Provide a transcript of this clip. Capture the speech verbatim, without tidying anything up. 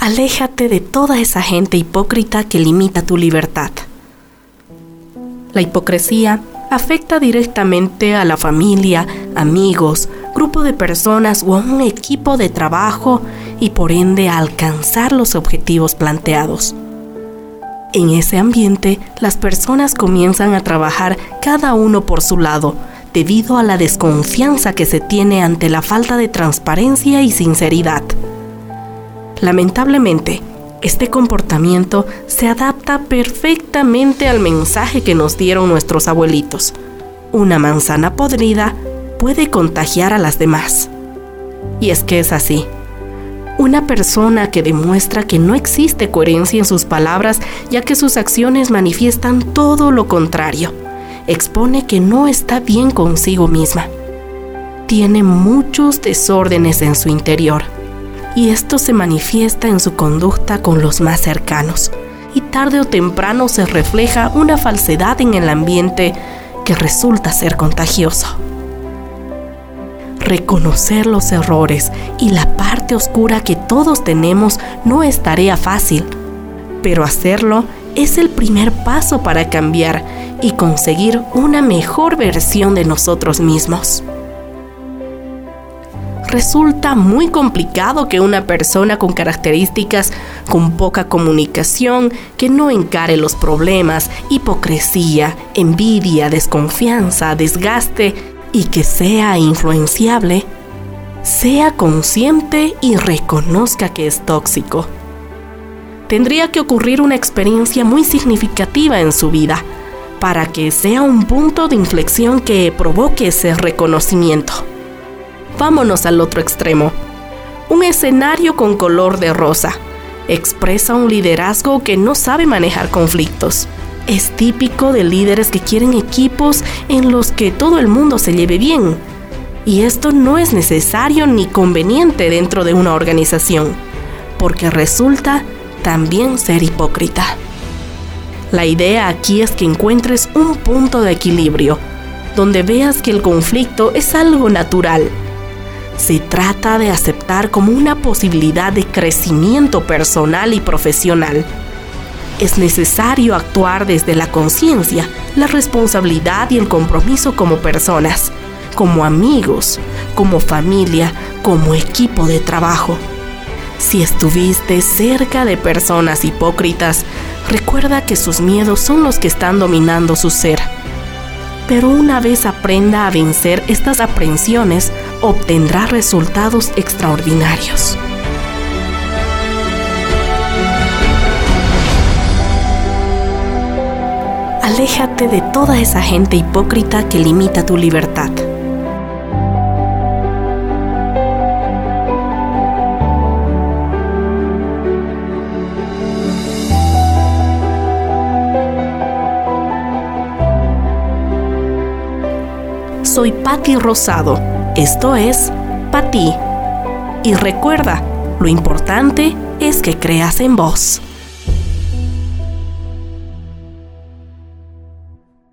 Aléjate de toda esa gente hipócrita que limita tu libertad. La hipocresía afecta directamente a la familia, amigos, grupo de personas o a un equipo de trabajo y por ende a alcanzar los objetivos planteados. En ese ambiente, las personas comienzan a trabajar cada uno por su lado, debido a la desconfianza que se tiene ante la falta de transparencia y sinceridad. Lamentablemente, este comportamiento se adapta perfectamente al mensaje que nos dieron nuestros abuelitos. Una manzana podrida puede contagiar a las demás. Y es que es así. Una persona que demuestra que no existe coherencia en sus palabras, ya que sus acciones manifiestan todo lo contrario, expone que no está bien consigo misma. Tiene muchos desórdenes en su interior. Y esto se manifiesta en su conducta con los más cercanos. Y tarde o temprano se refleja una falsedad en el ambiente que resulta ser contagioso. Reconocer los errores y la parte oscura que todos tenemos no es tarea fácil, pero hacerlo es el primer paso para cambiar y conseguir una mejor versión de nosotros mismos. Resulta muy complicado que una persona con características con poca comunicación, que no encare los problemas, hipocresía, envidia, desconfianza, desgaste y que sea influenciable, sea consciente y reconozca que es tóxico. Tendría que ocurrir una experiencia muy significativa en su vida para que sea un punto de inflexión que provoque ese reconocimiento. Vámonos al otro extremo. Un escenario con color de rosa expresa un liderazgo que no sabe manejar conflictos. Es típico de líderes que quieren equipos en los que todo el mundo se lleve bien. Y esto no es necesario ni conveniente dentro de una organización, porque resulta también ser hipócrita. La idea aquí es que encuentres un punto de equilibrio, donde veas que el conflicto es algo natural. Se trata de aceptar como una posibilidad de crecimiento personal y profesional. Es necesario actuar desde la conciencia, la responsabilidad y el compromiso como personas, como amigos, como familia, como equipo de trabajo. Si estuviste cerca de personas hipócritas, recuerda que sus miedos son los que están dominando su ser. Pero una vez aprenda a vencer estas aprensiones, obtendrá resultados extraordinarios. Aléjate de toda esa gente hipócrita que limita tu libertad. Soy Patti Rosado. Esto es Patti. Y recuerda, lo importante es que creas en vos.